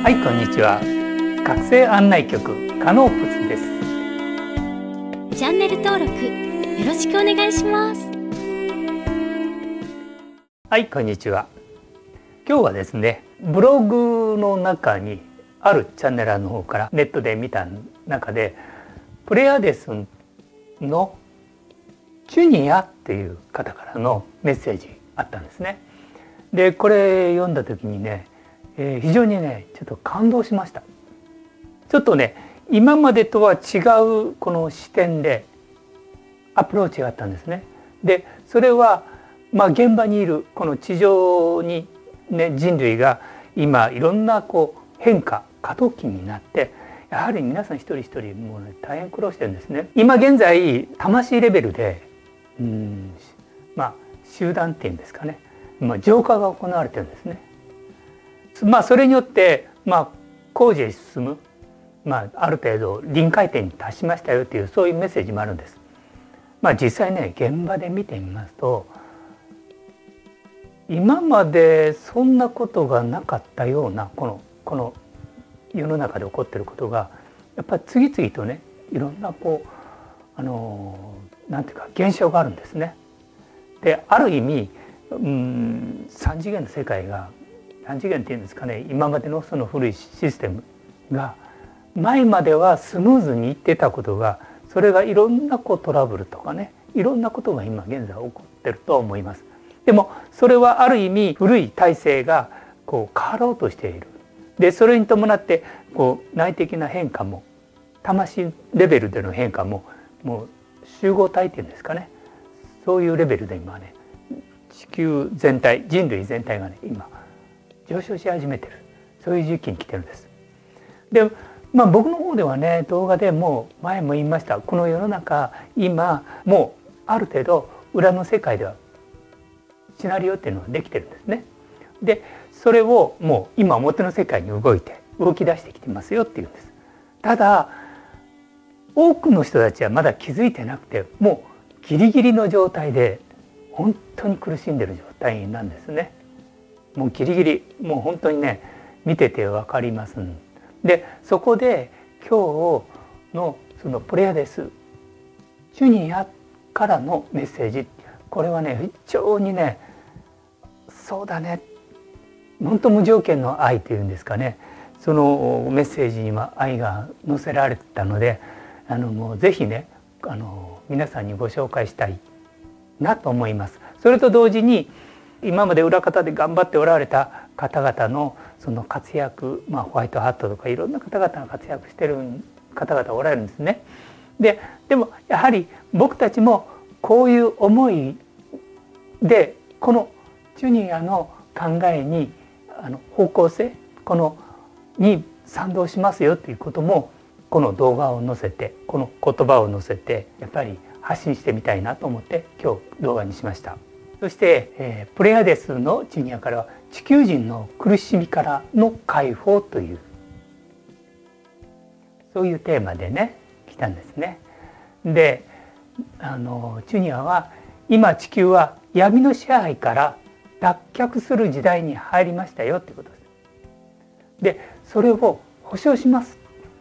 はい、こんにちは。学生案内局カノープスです。 チャンネル登録よろしくお願いします。 はい、こんにちは。今日はですね、ブログの中にあるチャンネルの方からネットで見た中でプレアデスのジュニアっていう方からのメッセージあったんですね。でこれ読んだ時にね、非常にねちょっと感動しました。ちょっとね今までとは違うこの視点でアプローチがあったんですね。でそれは現場にいるこの地上にね人類が今いろんな変化過渡期になってやはり皆さん一人一人もうね大変苦労してるんですね。今現在魂レベルで集団っていうんですかね、浄化が行われてるんですね。それによって工事へ進む、ある程度臨界点に達しましたよというそういうメッセージもあるんです。実際ね現場で見てみますと今までそんなことがなかったようなこの世の中で起こっていることがやっぱり次々とねいろんななんていうか現象があるんですね。である意味3次元の世界が何次元っていうんですかね、今までのその古いシステムが前まではスムーズにいってたことがそれがいろんなトラブルとかねいろんなことが今現在起こってると思います。でもそれはある意味古い体制が変わろうとしている。でそれに伴って内的な変化も魂レベルでの変化ももう集合体っていうんですかね、そういうレベルで今ね地球全体人類全体がね今上昇し始めてる、そういう時期に来てるんです。で僕の方ではね動画でもう前も言いました、この世の中今もうある程度裏の世界ではシナリオっていうのができてるんですね。でそれをもう今表の世界に動き出してきてますよっていうんです。ただ多くの人たちはまだ気づいてなくてもうギリギリの状態で本当に苦しんでる状態なんですね。もうギリギリもう本当にね見てて分かります。でそこで今日のそのプレアデスジュニアからのメッセージ、これはね非常にねそうだね本当無条件の愛というんですかね、そのメッセージには愛が載せられてたのでもうぜひね皆さんにご紹介したいなと思います。それと同時に今まで裏方で頑張っておられた方々のその活躍、ホワイトハットとかいろんな方々が活躍してる方々おられるんですね。でもやはり僕たちもこういう思いでこのジュニアの考えに方向性に賛同しますよということもこの動画を載せてこの言葉を載せてやっぱり発信してみたいなと思って今日動画にしました。そして、プレアデスのジュニアからは地球人の苦しみからの解放というそういうテーマでね来たんですね。でジュニアは今地球は闇の支配から脱却する時代に入りましたよということです。でそれを保証します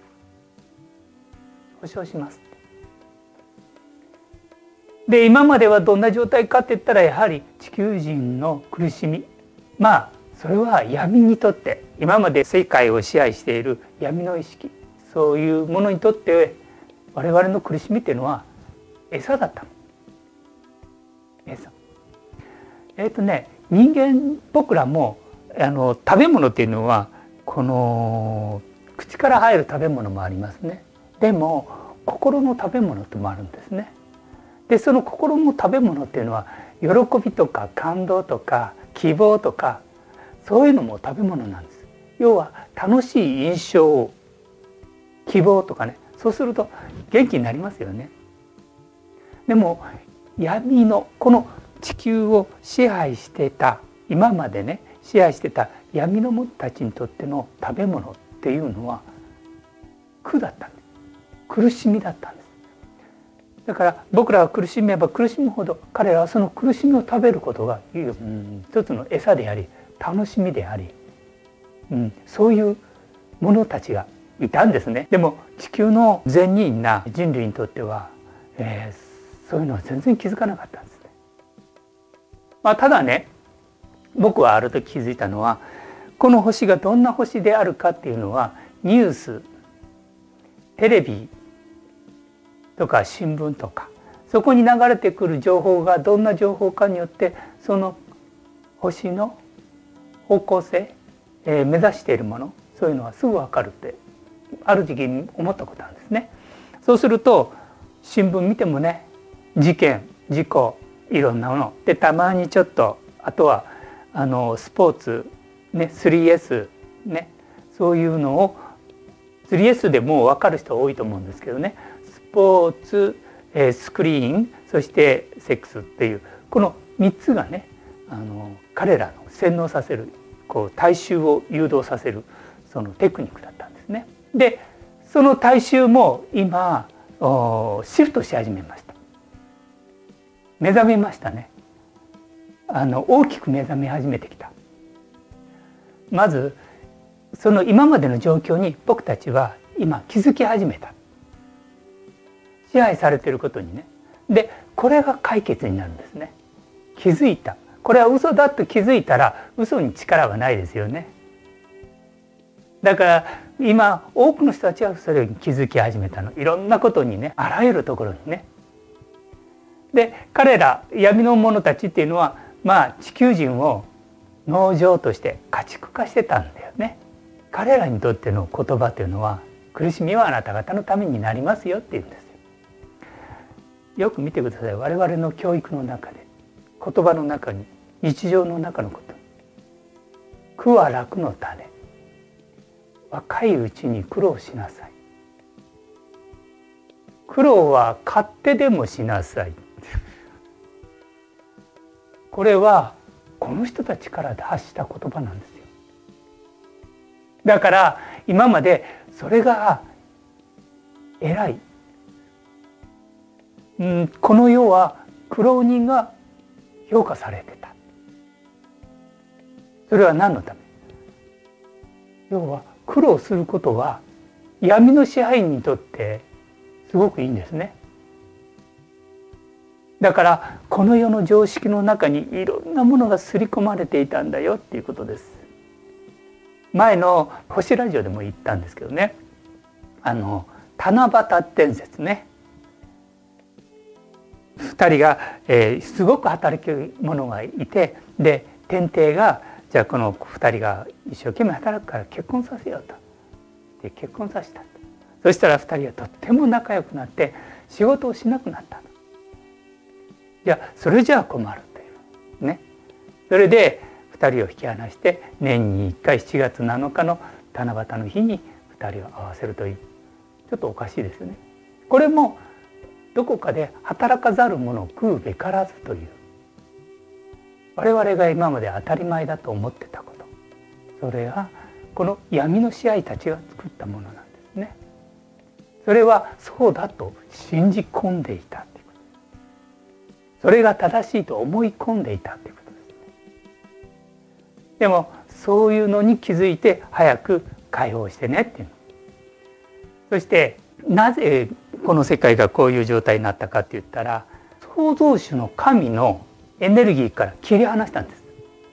で今まではどんな状態かって言ったらやはり地球人の苦しみ、それは闇にとって今まで世界を支配している闇の意識、そういうものにとって我々の苦しみっていうのは餌だったの。餌。人間僕らも食べ物っていうのはこの口から入る食べ物もありますね。でも心の食べ物ってもあるんですね。でその心の食べ物っていうのは喜びとか感動とか希望とかそういうのも食べ物なんです。要は楽しい印象、希望とかね、そうすると元気になりますよね。でも闇のこの地球を支配してた今までね支配してた闇の者たちにとっての食べ物っていうのは苦だったんです。苦しみだったんです。だから僕らは苦しめば苦しむほど彼らはその苦しみを食べることが一つの餌であり楽しみであり、そういうものたちがいたんですね。でも地球の善人な人類にとっては、そういうのは全然気づかなかったんですね。ただね、僕はある時気づいたのは、この星がどんな星であるかっていうのはニュース、テレビとか新聞とか、そこに流れてくる情報がどんな情報かによってその星の方向性、目指しているもの、そういうのはすぐ分かるってある時期に思ったことなんですね。そうすると新聞見てもね、事件事故いろんなもので、たまにちょっとあとはスポーツね、3S ね、そういうのを 3S でもう分かる人多いと思うんですけどね、スポーツ、スクリーン、そしてセックスっていうこの3つがね、彼らの洗脳させる、大衆を誘導させるそのテクニックだったんですね。でその大衆も今シフトし始めました。目覚めましたね。大きく目覚め始めてきた。まずその今までの状況に僕たちは今気づき始めた。支配されていることにね。でこれが解決になるんですね。気づいた。これは嘘だと気づいたら嘘に力はないですよね。だから今多くの人たちはそれに気づき始めたの。いろんなことにね、あらゆるところにね。で彼ら闇の者たちっていうのは地球人を農場として家畜化してたんだよね。彼らにとっての言葉というのは、苦しみはあなた方のためになりますよっていうんですよ。よく見てください。我々の教育の中で、言葉の中に、日常の中のこと、苦は楽の種、若いうちに苦労しなさい、苦労は買ってでもしなさいこれはこの人たちから発した言葉なんですよ。だから今までそれが偉い、この世は苦労人が評価されてた。それは何のため？要は苦労することは闇の支配人にとってすごくいいんですね。だからこの世の常識の中にいろんなものが刷り込まれていたんだよっていうことです。前の星ラジオでも言ったんですけどね、七夕伝説ね、2人が、すごく働き者がいて、で天帝がじゃあこの2人が一生懸命働くから結婚させようと。で結婚させたと。そしたら2人はとっても仲良くなって仕事をしなくなったと。いやそれじゃあ困るというね。それで2人を引き離して年に1回7月7日の七夕の日に2人を合わせるという、ちょっとおかしいですよね。これもどこかで働かざる者を食うべからずという、我々が今まで当たり前だと思ってたこと、それはこの闇の支配たちが作ったものなんですね。それはそうだと信じ込んでいたということです。それが正しいと思い込んでいたということですね。でもそういうのに気づいて早く解放してねっていうの。そしてなぜこの世界がこういう状態になったかって言ったら、創造主の神のエネルギーから切り離したんです。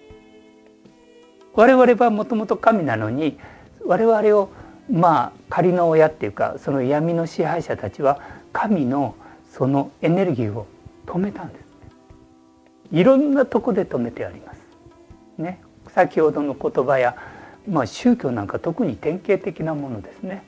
我々はもともと神なのに、我々を仮の親っていうか、その闇の支配者たちは神のそのエネルギーを止めたんですね。いろんなとこで止めてありますね。先ほどの言葉や、宗教なんか特に典型的なものですね。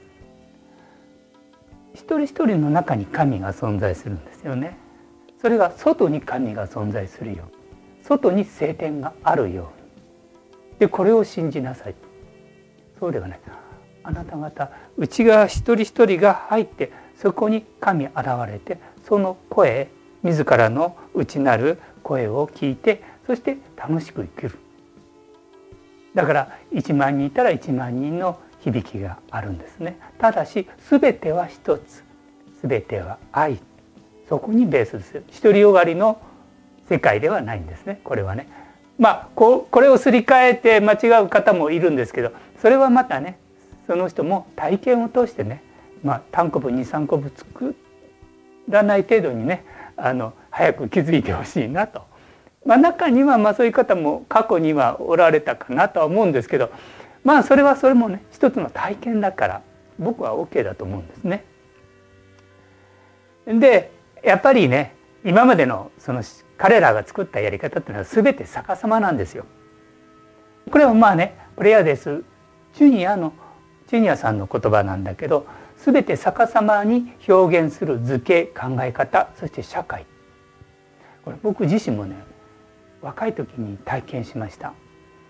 一人一人の中に神が存在するんですよね。それが外に神が存在するように、外に聖典があるように。でこれを信じなさい。そうではない。あなた方内側一人一人が入って、そこに神現れて、その声、自らの内なる声を聞いて、そして楽しく生きる。だから1万人いたら1万人の響きがあるんですね。ただし全ては一つ、全ては愛、そこにベースですよ。独りよがりの世界ではないんですね。これはね、これをすり替えて間違う方もいるんですけど、それはまたね、 その人も体験を通してね、単行部23個分作らない程度にね早く気づいてほしいなと。中にはそういう方も過去にはおられたかなとは思うんですけど、それはそれもね一つの体験だから僕は OK だと思うんですね。でやっぱりね今までのその彼らが作ったやり方っていうのは全て逆さまなんですよ。これはプレアデスジュニアさんの言葉なんだけど、全て逆さまに表現する図形、考え方、そして社会、これ僕自身もね若い時に体験しました。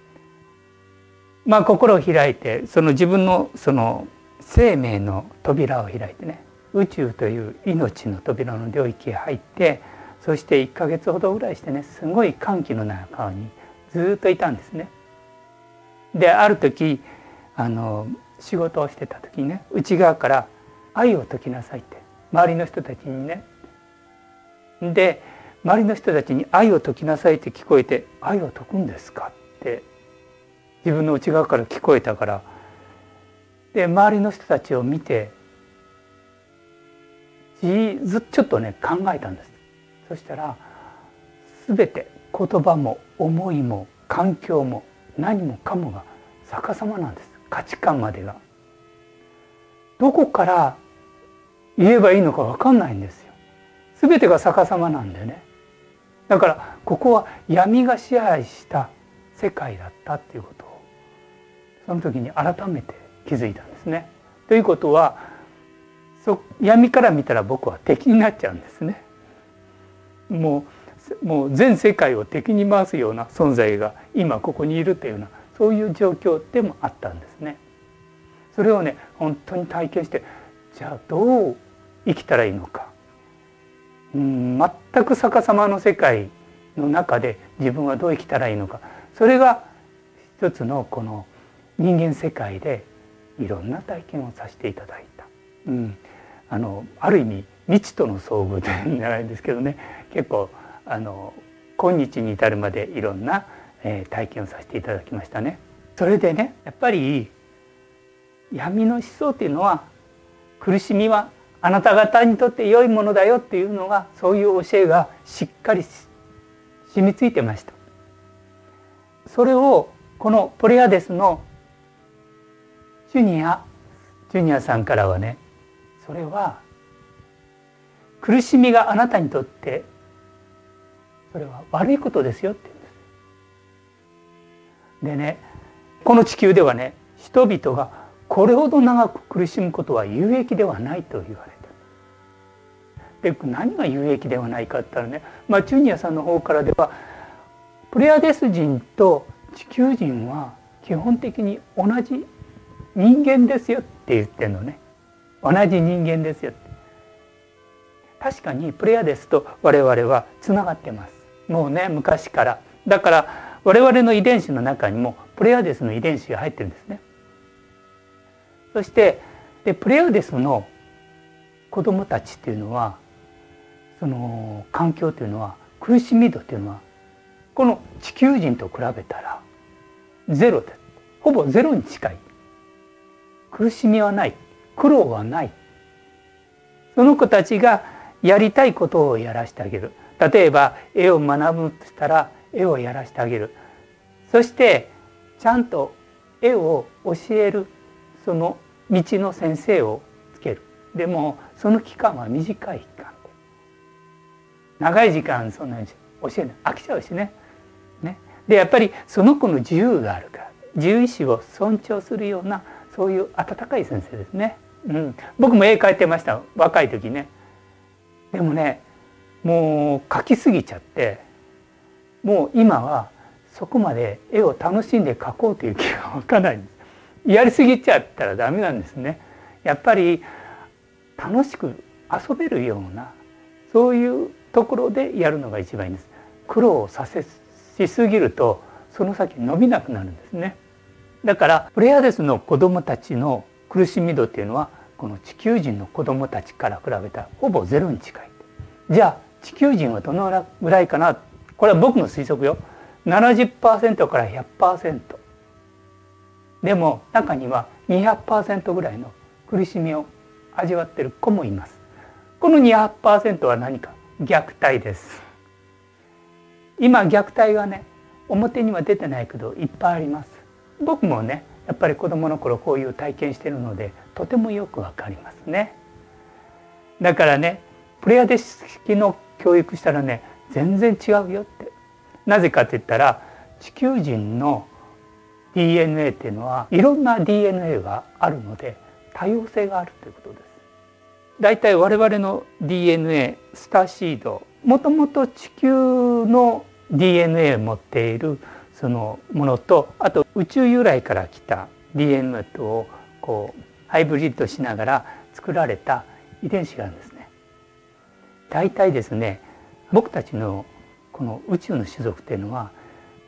心を開いて自分の生命の扉を開いてね、宇宙という命の扉の領域へ入って、そして1ヶ月ほどぐらいしてね、すごい歓喜の中にずっといたんですね。である時仕事をしてた時にね、内側から愛を説きなさいって周りの人たちにね、で周りの人たちに愛を説きなさいって聞こえて、愛を説くんですかって自分の内側から聞こえたから、で周りの人たちを見てちょっとね考えたんです。そしたら全て言葉も思いも環境も何もかもが逆さまなんです。価値観までがどこから言えばいいのか分かんないんですよ。全てが逆さまなんでね。だからここは闇が支配した世界だったっていうことをその時に改めて気づいたんですね。ということは闇から見たら僕は敵になっちゃうんですね。もう全世界を敵に回すような存在が今ここにいるというような、そういう状況でもあったんですね。それをね本当に体験して、じゃあどう生きたらいいのか、全く逆さまの世界の中で自分はどう生きたらいいのか、それが一つのこの人間世界でいろんな体験をさせていただいた、ある意味未知との遭遇じゃないんですけどね、結構今日に至るまでいろんな体験をさせていただきましたね。それでね、やっぱり闇の思想っていうのは、苦しみはあなた方にとって良いものだよっていうのが、そういう教えがしっかり染みついてました。それをこのポレアデスのジュニアさんからはね、それは苦しみがあなたにとってそれは悪いことですよって言うんです。でね、この地球ではね、人々がこれほど長く苦しむことは有益ではないと言われた。で何が有益ではないかって言ったらね、ジュニアさんの方からでは、プレアデス人と地球人は基本的に同じ人間ですよって言ってるのね。同じ人間ですよって。確かにプレアデスと我々はつながってます。もうね、昔から。だから我々の遺伝子の中にもプレアデスの遺伝子が入ってるんですね。そしてプレアデスの子供たちっていうのは、その環境というのは、苦しみ度というのはこの地球人と比べたらゼロで、ほぼゼロに近い。苦しみはない、苦労はない。その子たちがやりたいことをやらせてあげる。例えば絵を学ぶとしたら絵をやらせてあげる。そしてちゃんと絵を教えるその道の先生をつける。でもその期間は短い期間で、長い時間そんなに教えない、飽きちゃうしね。でやっぱりその子の自由があるから、自由意志を尊重するような、そういう温かい先生ですね。僕も絵描いてました、若い時ね。でもね、もう描きすぎちゃって、もう今はそこまで絵を楽しんで描こうという気が湧かないんです。やりすぎちゃったらダメなんですね。やっぱり楽しく遊べるような、そういうところでやるのが一番いいんです。苦労をしすぎるとその先伸びなくなるんですね。だからプレアデスの子どもたちの苦しみ度っていうのは、この地球人の子どもたちから比べたらほぼゼロに近い。じゃあ地球人はどのぐらいかな。これは僕の推測よ。70% から 100%。でも中には 200% ぐらいの苦しみを味わっている子もいます。この 200% は何か？虐待です。今虐待がね、表には出てないけどいっぱいあります。僕もね、やっぱり子供の頃こういう体験しているのでとてもよくわかりますね。だからね、プレアデス式の教育したらね、全然違うよって。なぜかって言ったら、地球人の DNA っていうのはいろんな DNA があるので多様性があるということです。だいたい我々の DNA スターシード、もともと地球の DNA を持っているそのものと、あと宇宙由来から来た DNA とをこうハイブリッドしながら作られた遺伝子があるんですね。だいたいですね、僕たちのこの宇宙の種族っていうのは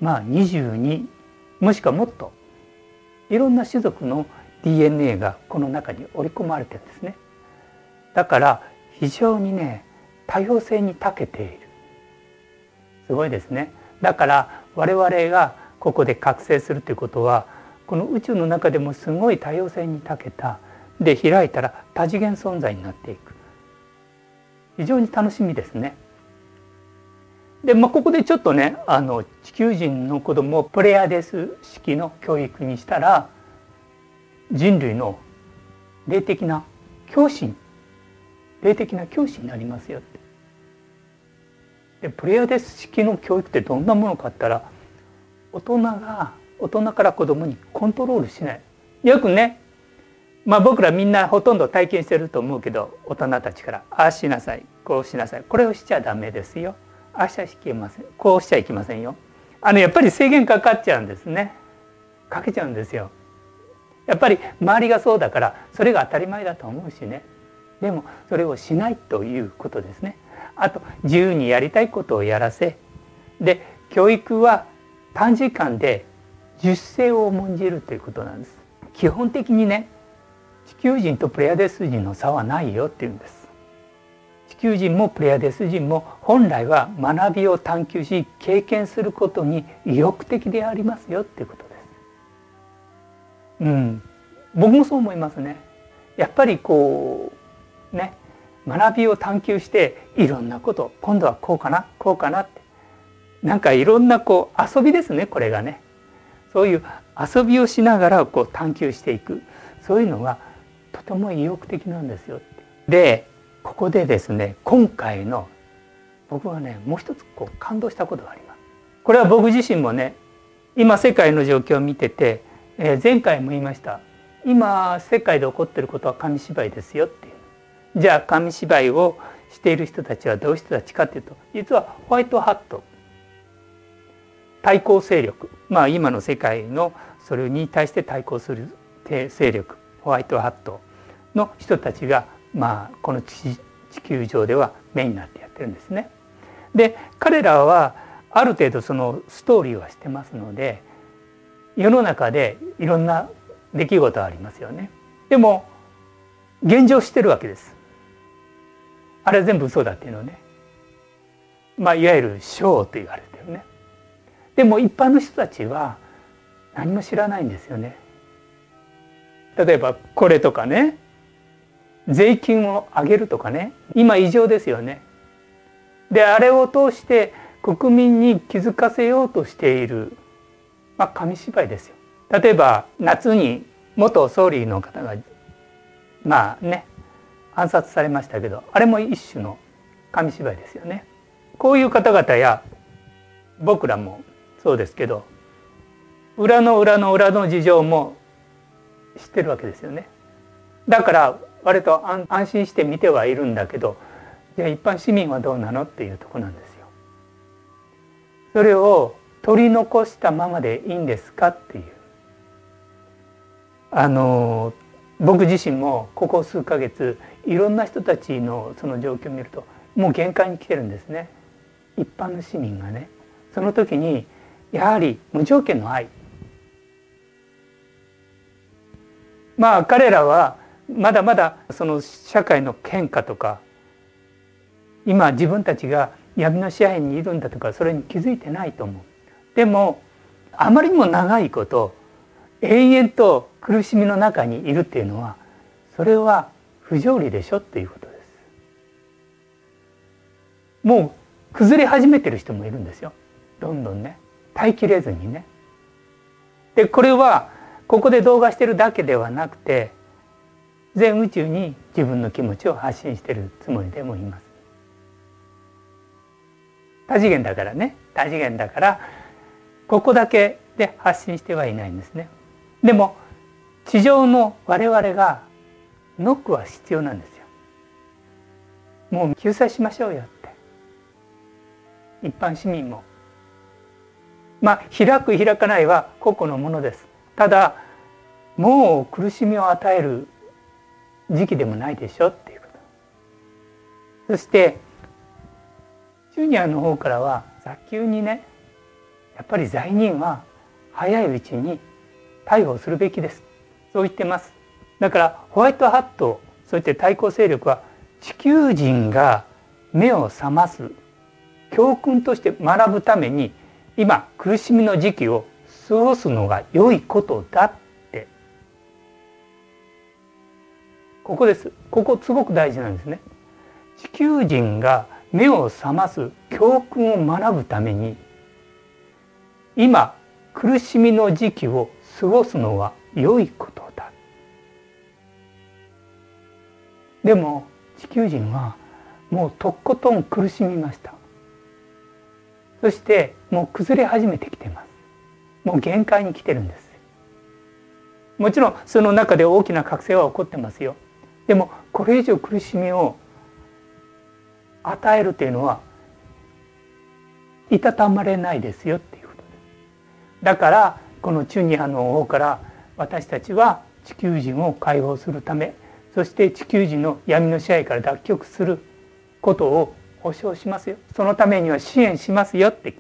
22もしくはもっといろんな種族の DNA がこの中に織り込まれてるんですね。だから非常にね、多様性に長けている。すごいですね。だから我々がここで覚醒するということは、この宇宙の中でもすごい多様性に長けた、で開いたら多次元存在になっていく。非常に楽しみですね。で、ここでちょっとね、地球人の子供をプレアデス式の教育にしたら、人類の霊的な教師になりますよって。でプレアデス式の教育ってどんなものかって言ったら、大人から子供にコントロールしない。よくね、僕らみんなほとんど体験してると思うけど、大人たちからああしなさい、こうしなさい、これをしちゃダメですよ、ああしちゃいけません、こうしちゃいけませんよ。やっぱり制限かかっちゃうんですね。かけちゃうんですよ。やっぱり周りがそうだからそれが当たり前だと思うしね。でもそれをしないということですね。あと自由にやりたいことをやらせ、で教育は短時間で自主性を重んじるということなんです。基本的にね、地球人とプレアデス人の差はないよっていうんです。地球人もプレアデス人も本来は学びを探求し経験することに意欲的でありますよっていうことです。僕もそう思いますね。やっぱりこうね、学びを探求していろんなこと、今度はこうかなこうかなって、なんかいろんな遊びですね、これがね。そういう遊びをしながら探求していく、そういうのがとても意欲的なんですよって。でここでですね、今回の僕はね、もう一つ感動したことがあります。これは僕自身もね、今世界の状況を見てて、前回も言いました。今世界で起こっていることは紙芝居ですよっていう。じゃあ紙芝居をしている人たちはどういう人たちかっていうと、実はホワイトハット、対抗勢力、今の世界のそれに対して対抗する勢力、ホワイトハットの人たちがこの地球上ではメインになってやってるんですね。で彼らはある程度そのストーリーはしてますので、世の中でいろんな出来事ありますよね。でも現状してるわけです。あれは全部嘘だっていうのね。いわゆるショーと言われてるね。でも一般の人たちは何も知らないんですよね。例えばこれとかね、税金を上げるとかね、今異常ですよね。であれを通して国民に気づかせようとしている、紙芝居ですよ。例えば夏に元総理の方が暗殺されましたけど、あれも一種の紙芝居ですよね。こういう方々や僕らもそうですけど、裏の事情も知ってるわけですよね。だから割と安心して見てはいるんだけど、じゃあ一般市民はどうなのっていうところなんですよ。それを取り残したままでいいんですかっていう。僕自身もここ数ヶ月いろんな人たちのその状況を見ると、もう限界に来てるんですね。一般の市民がね。その時にやはり無条件の愛、彼らはまだまだその社会の変化とか、今自分たちが闇の支配にいるんだとか、それに気づいてないと思う。でもあまりにも長いこと永遠と苦しみの中にいるっていうのは、それは不条理でしょっていうことです。もう崩れ始めてる人もいるんですよ。どんどんね、耐えきれずにね。でこれはここで動画してるだけではなくて、全宇宙に自分の気持ちを発信してるつもりでもいます。多次元だからね、多次元だからここだけで発信してはいないんですね。でも地上の我々がノックは必要なんですよ。もう救済しましょうよって、一般市民も。開く開かないは個々のものです。ただもう苦しみを与える時期でもないでしょっていうこと。そしてジュニアの方からは早急にね、やっぱり罪人は早いうちに逮捕するべきです、そう言ってます。だからホワイトハット、そういった対抗勢力は地球人が目を覚ます教訓として学ぶために、今苦しみの時期を過ごすのが良いことだって、ここです。ここすごく大事なんですね。地球人が目を覚ます教訓を学ぶために、今苦しみの時期を過ごすのは良いことだ。でも地球人はもうとことん苦しみました。そしてもう崩れ始めてきています。もう限界に来てるんです。もちろんその中で大きな覚醒は起こってますよ。でもこれ以上苦しみを与えるというのはいたたまれないですよっていうことです。だからこのチュニアの方から私たちは地球人を解放するため、そして地球人の闇の支配から脱却することを保証しますよ。そのためには支援しますよって言って、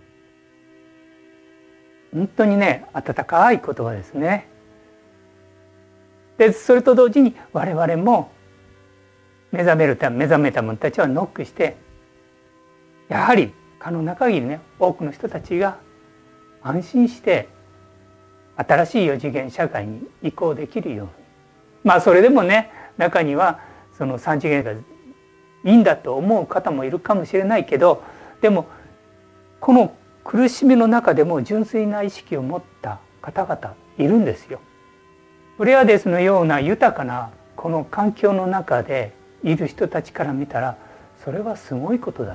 本当にね、温かい言葉ですね。でそれと同時に我々も目覚めた者たちはノックして、やはり可能な限りね、多くの人たちが安心して新しい4次元社会に移行できるように。それでもね、中にはその3次元がいいんだと思う方もいるかもしれないけど、でもこの苦しみの中でも純粋な意識を持った方々いるんですよ。プレアデスのような豊かなこの環境の中でいる人たちから見たら、それはすごいことだって、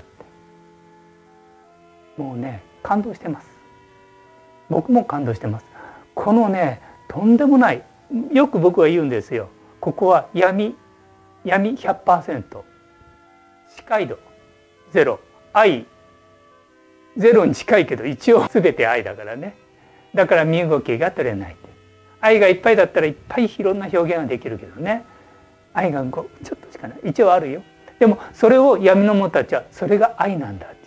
もうね、感動してます。僕も感動してます。このね、とんでもない、よく僕は言うんですよ。ここは闇 100%、 視界度ゼロ、愛ゼロに近いけど一応全て愛だからね。だから身動きが取れない。愛がいっぱいだったらいっぱいいろんな表現ができるけどね、愛がちょっとしかない。一応あるよ。でもそれを闇の者たちはそれが愛なんだっていう、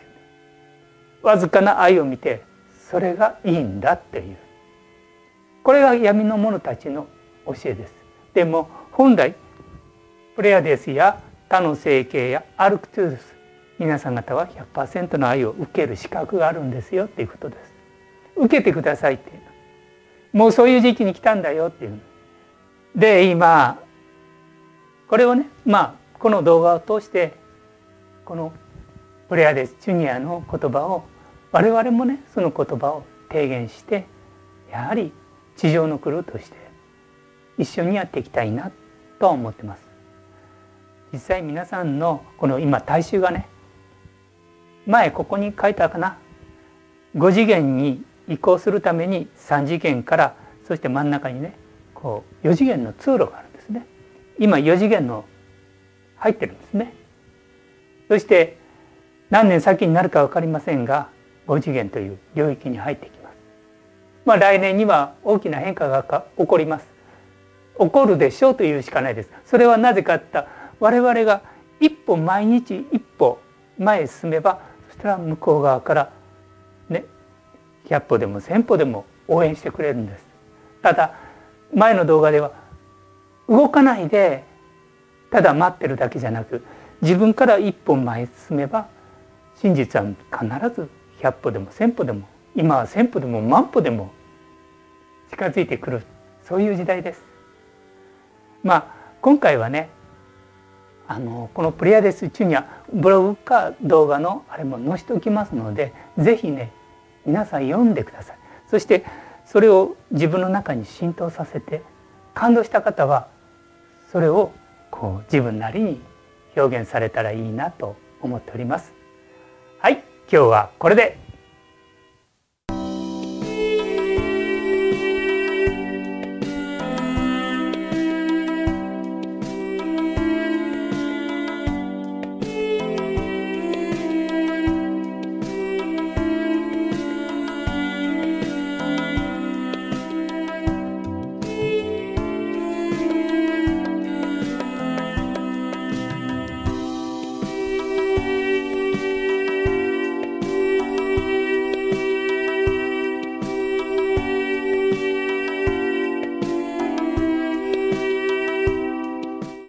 わずかな愛を見てそれがいいんだっていう、これが闇の者たちの教えです。でも本来プレアデスや他の星系やアルクトゥース、皆さん方は 100% の愛を受ける資格があるんですよっていうことです。受けてくださいっていう、もうそういう時期に来たんだよっていう。で今これをね、この動画を通してこのプレアデスジュニアの言葉を我々もね、その言葉を提言して、やはり地上のクルーとして一緒にやっていきたいなと思ってます。実際皆さんのこの今大衆がね、前ここに書いたかな、5次元に移行するために3次元から、そして真ん中にね、こう4次元の通路があるんですね。今4次元の入ってるんですね。そして何年先になるか分かりませんが、5次元という領域に入ってきます。来年には大きな変化が起こります。起こるでしょうというしかないです。それはなぜかって言ったら、我々が一歩毎日一歩前へ進めば、そしたら向こう側からね、100歩でも1000歩でも応援してくれるんです。ただ前の動画では動かないでただ待ってるだけじゃなく、自分から一歩前へ進めば真実は必ず100歩でも1000歩でも、今は1000歩でも万歩でも近づいてくる、そういう時代です。今回はねこのプレイヤーデスチュニアブログか動画のあれも載せておきますので、ぜひね皆さん読んでください。そしてそれを自分の中に浸透させて、感動した方はそれを自分なりに表現されたらいいなと思っております。はい、今日はこれで